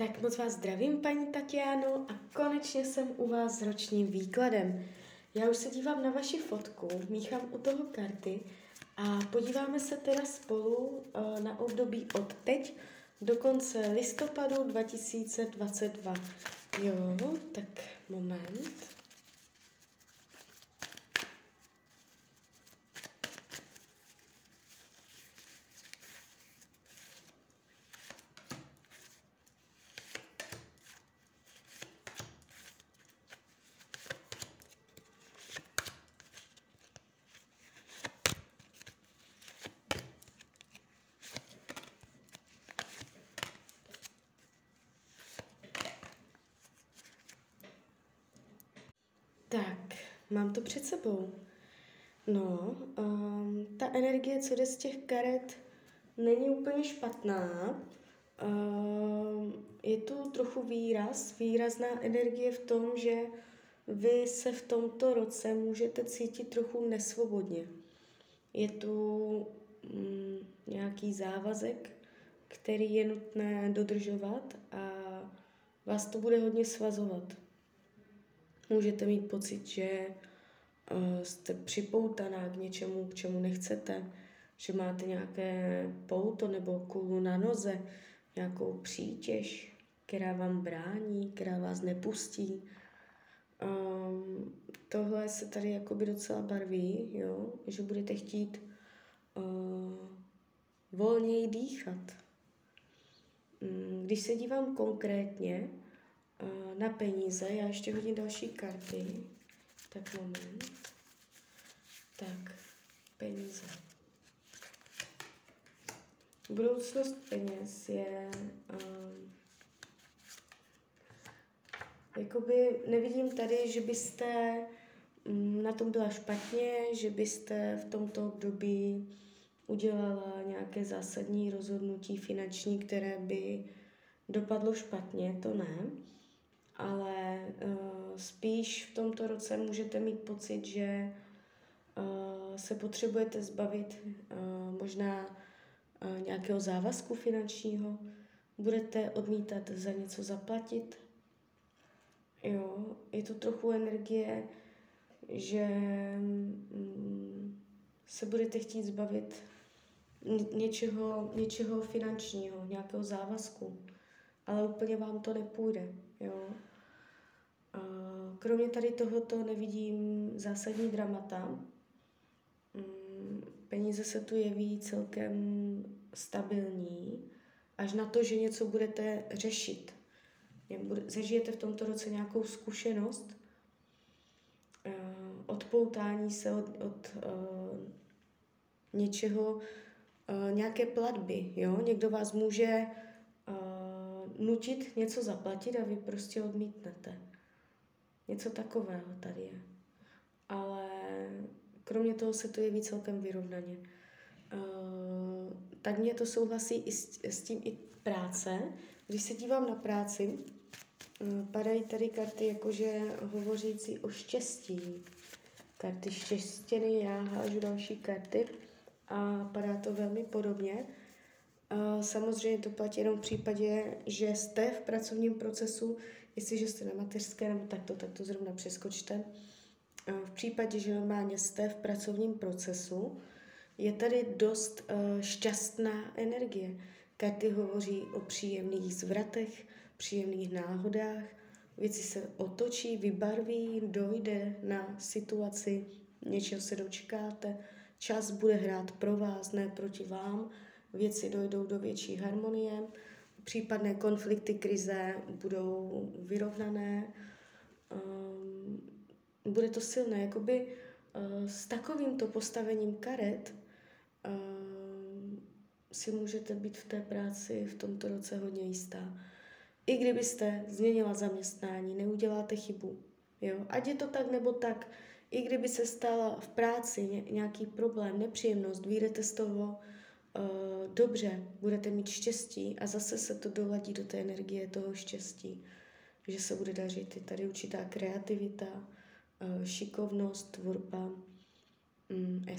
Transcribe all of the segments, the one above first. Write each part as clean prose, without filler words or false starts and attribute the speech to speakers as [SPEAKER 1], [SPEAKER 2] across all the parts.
[SPEAKER 1] Tak moc vás zdravím, paní Tatiano, a konečně jsem u vás s ročním výkladem. Já už se dívám na vaši fotku, míchám u toho karty a podíváme se teda spolu na období od teď do konce listopadu 2022. Jo, tak moment. Tak, mám to před sebou. No, ta energie, co jde z těch karet, není úplně špatná. Je tu trochu výrazná energie v tom, že vy se v tomto roce můžete cítit trochu nesvobodně. Je tu nějaký závazek, který je nutné dodržovat a vás to bude hodně svazovat. Můžete mít pocit, že jste připoutaná k něčemu, k čemu nechcete, že máte nějaké pouto nebo kůlu na noze, nějakou přítěž, která vám brání, která vás nepustí. Tohle se tady jakoby docela barví, jo? Že budete chtít volněji dýchat. Když se dívám konkrétně na peníze, já ještě hodím další karty. Tak moment. Tak, peníze. Budoucnost peněz je jakoby nevidím tady, že byste na tom byla špatně, že byste v tomto období udělala nějaké zásadní rozhodnutí finanční, které by dopadlo špatně, to ne. Ale spíš v tomto roce můžete mít pocit, že se potřebujete zbavit možná nějakého závazku finančního, budete odmítat za něco zaplatit. Jo, je to trochu energie, že se budete chtít zbavit něčeho finančního, nějakého závazku, ale úplně vám to nepůjde. Jo. Kromě tady tohoto nevidím zásadní dramata. Peníze se tu jeví celkem stabilní, až na to, že něco budete řešit. Zažijete v tomto roce nějakou zkušenost, odpoutání se od něčeho, nějaké platby. Jo? Někdo vás může nutit něco zaplatit a vy prostě odmítnete. Něco takového tady je. Ale kromě toho se to jeví celkem vyrovnaně. Tak mě to souhlasí i s tím i práce. Když se dívám na práci, padají tady karty jakože hovořící o štěstí. Karty štěstěny, já hážu další karty a padá to velmi podobně. Samozřejmě to platí jenom v případě, že jste v pracovním procesu, jestliže jste na mateřské nebo tak to zrovna přeskočte. V případě, že normálně jste v pracovním procesu, je tady dost šťastná energie. Karty hovoří o příjemných zvratech, příjemných náhodách, věci se otočí, vybarví, dojde na situaci, něčeho se dočkáte, čas bude hrát pro vás, ne proti vám, věci dojdou do větší harmonie, případné konflikty, krize budou vyrovnané, bude to silné, jakoby s takovýmto postavením karet si můžete být v té práci v tomto roce hodně jistá. I kdybyste změnila zaměstnání, neuděláte chybu. Jo? Ať je to tak nebo tak, i kdyby se stala v práci nějaký problém, nepříjemnost, vyjdete z toho dobře, budete mít štěstí a zase se to doladí do té energie toho štěstí, že se bude dařit. Je tady určitá kreativita, šikovnost, tvorba,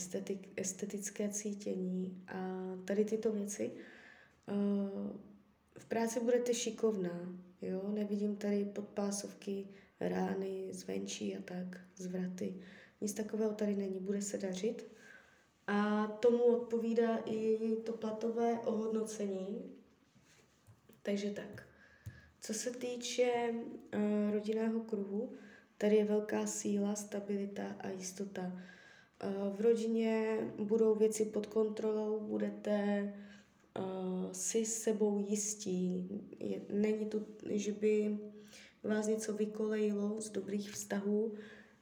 [SPEAKER 1] estetické cítění a tady tyto věci V práci budete šikovná, jo? Nevidím tady podpásovky, rány, zvenčí a tak, zvraty. Nic takového tady není, bude se dařit. A tomu odpovídá i to platové ohodnocení. Takže tak. Co se týče rodinného kruhu, tady je velká síla, stabilita a jistota. V rodině budou věci pod kontrolou, budete si s sebou jistí. Není to, že by vás něco vykolejilo z dobrých vztahů.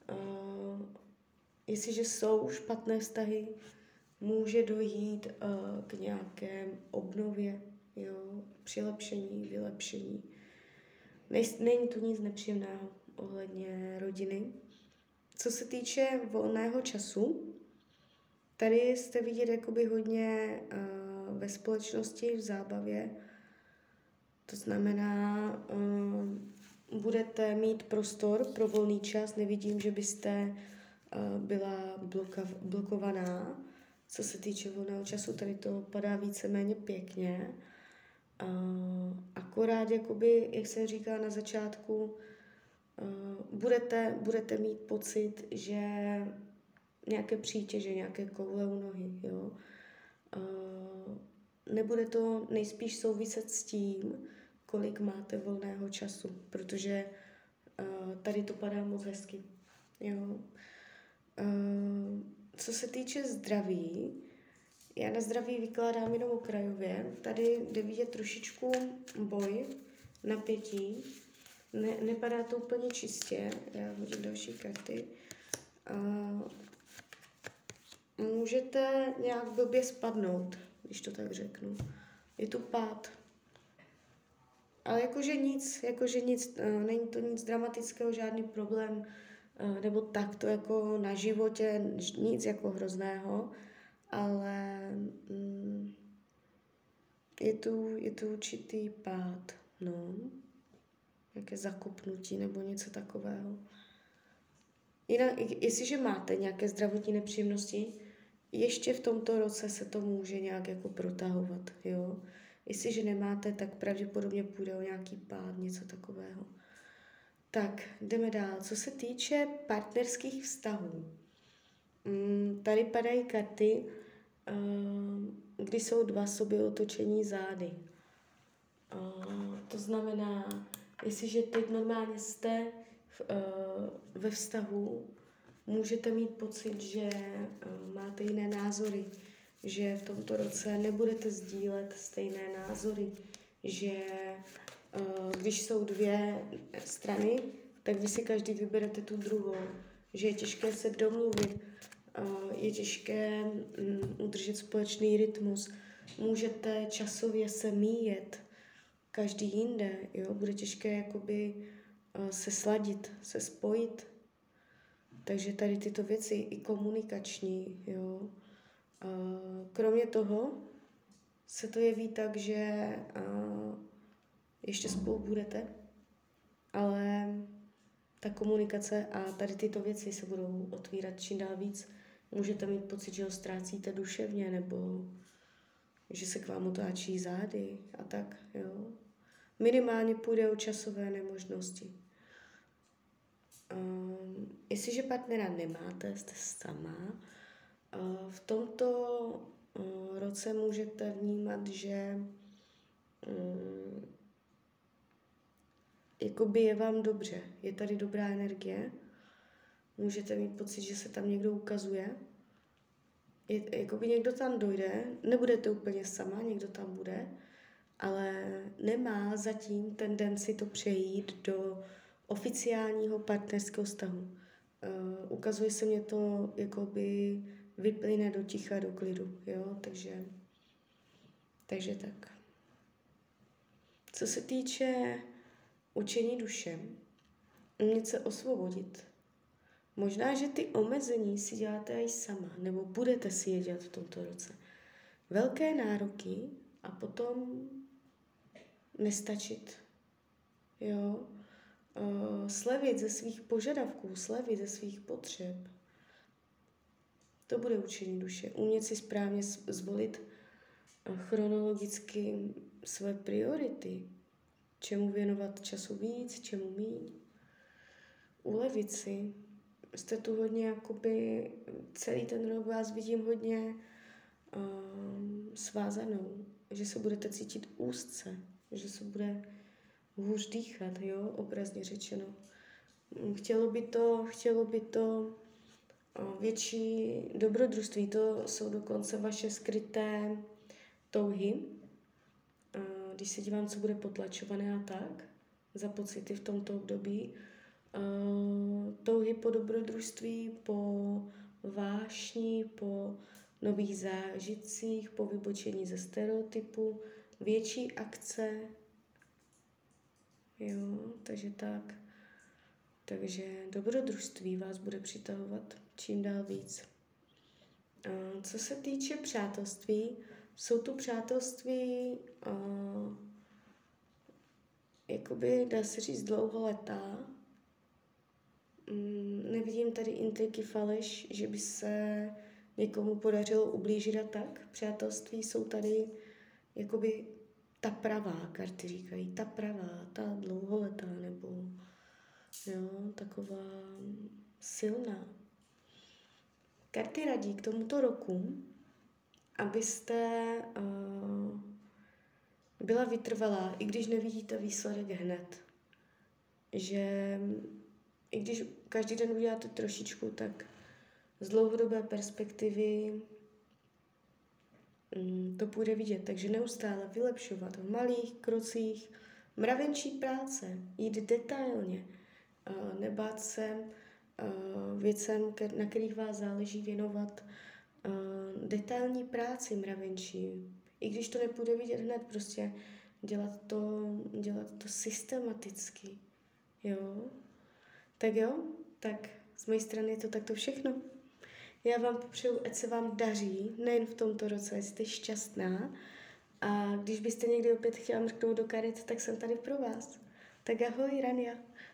[SPEAKER 1] Jestliže jsou špatné vztahy, může dojít k nějaké obnově, jo, přilepšení, vylepšení. Není tu nic nepříjemného ohledně rodiny. Co se týče volného času, tady jste vidět jakoby hodně ve společnosti, v zábavě. To znamená, budete mít prostor pro volný čas, nevidím, že byste byla blokovaná. Co se týče volného času, tady to padá víceméně pěkně. Akorát, jakoby, jak jsem říkala na začátku, budete mít pocit, že nějaké přítěže, nějaké koule u nohy, jo. Nebude to nejspíš souviset s tím, kolik máte volného času, protože tady to padá moc hezky, jo. Co se týče zdraví, já na zdraví vykládám jenom okrajově. Tady jde vidět trošičku boj, napětí. Nepadá to úplně čistě. Já hodím další karty. Můžete nějak blbě spadnout, když to tak řeknu. Je tu pád. Ale jakože nic, není to nic dramatického, žádný problém, nebo tak to jako na životě, nic jako hrozného, ale je tu určitý pád, no, nějaké zakopnutí nebo něco takového. Jinak, jestliže máte nějaké zdravotní nepříjemnosti, ještě v tomto roce se to může nějak jako protahovat, jo. Jestliže nemáte, tak pravděpodobně půjde o nějaký pád, něco takového. Tak, jdeme dál. Co se týče partnerských vztahů, tady padají karty, kdy jsou dva sobě otočení zády. To znamená, jestliže teď normálně jste ve vztahu, můžete mít pocit, že máte jiné názory, že v tomto roce nebudete sdílet stejné názory, že když jsou dvě strany, tak vy si každý vyberete tu druhou, že je těžké se domluvit, je těžké udržet společný rytmus, můžete časově se míjet, každý jinde, jo, bude těžké jakoby se sladit, se spojit, takže tady tyto věci i komunikační, jo. Kromě toho se to jeví tak, že ještě spolu budete, ale ta komunikace a tady tyto věci se budou otvírat čím dál víc. Můžete mít pocit, že ho ztrácíte duševně, nebo že se k vám otáčí zády a tak, jo. Minimálně půjde o časové nemožnosti. Jestliže partnera nemáte, jste sama, v tomto roce můžete vnímat, že jakoby je vám dobře, je tady dobrá energie, můžete mít pocit, že se tam někdo ukazuje, jakoby někdo tam dojde, nebudete úplně sama, někdo tam bude, ale nemá zatím tendenci to přejít do oficiálního partnerského vztahu. Ukazuje se mě to, jakoby vyplyne do ticha, do klidu, jo, takže tak. Co se týče učení duše, umět se osvobodit. Možná, že ty omezení si děláte i sama, nebo budete si je dělat v tomto roce. Velké nároky a potom nestačit, jo. Slevit ze svých požadavků, slevit ze svých potřeb. To bude učení duše. Umět si správně zvolit chronologicky své priority. Čemu věnovat času víc, čemu míň. Ulevit si. Jste tu hodně, jakoby, celý ten rok vás vidím hodně svázanou. Že se budete cítit úzce. Že se bude hůř dýchat, jo, obrazně řečeno. Chtělo by to větší dobrodružství. To jsou dokonce vaše skryté touhy. Když se dívám, co bude potlačované a tak, za pocity v tomto období, touhy po dobrodružství, po vášni, po nových zážitcích, po vybočení ze stereotypu, větší akce, jo, takže tak. Takže dobrodružství vás bude přitahovat čím dál víc. Co se týče přátelství, jsou tu přátelství, jakoby dá se říct dlouholetá. Nevidím tady intriky, faleš, že by se někomu podařilo ublížit a tak. Přátelství jsou tady jakoby ta pravá, karty říkají, ta pravá, ta dlouholetá, nebo jo, taková silná. Karty radí k tomuto roku, abyste byla vytrvalá, i když nevidíte výsledek hned. Že i když každý den uděláte trošičku, tak z dlouhodobé perspektivy to půjde vidět. Takže neustále vylepšovat v malých krocích, mravenčí práce, jít detailně, nebát se věcem, na kterých vás záleží, věnovat detailní práci mravenčí. I když to nepůjde vidět hned, prostě dělat to systematicky. Jo? Tak z mé strany je to takto všechno. Já vám popřeju, ať se vám daří, nejen v tomto roce, ať jste šťastná. A když byste někdy opět chtěla mrknout do karet, tak jsem tady pro vás. Tak ahoj, Rania.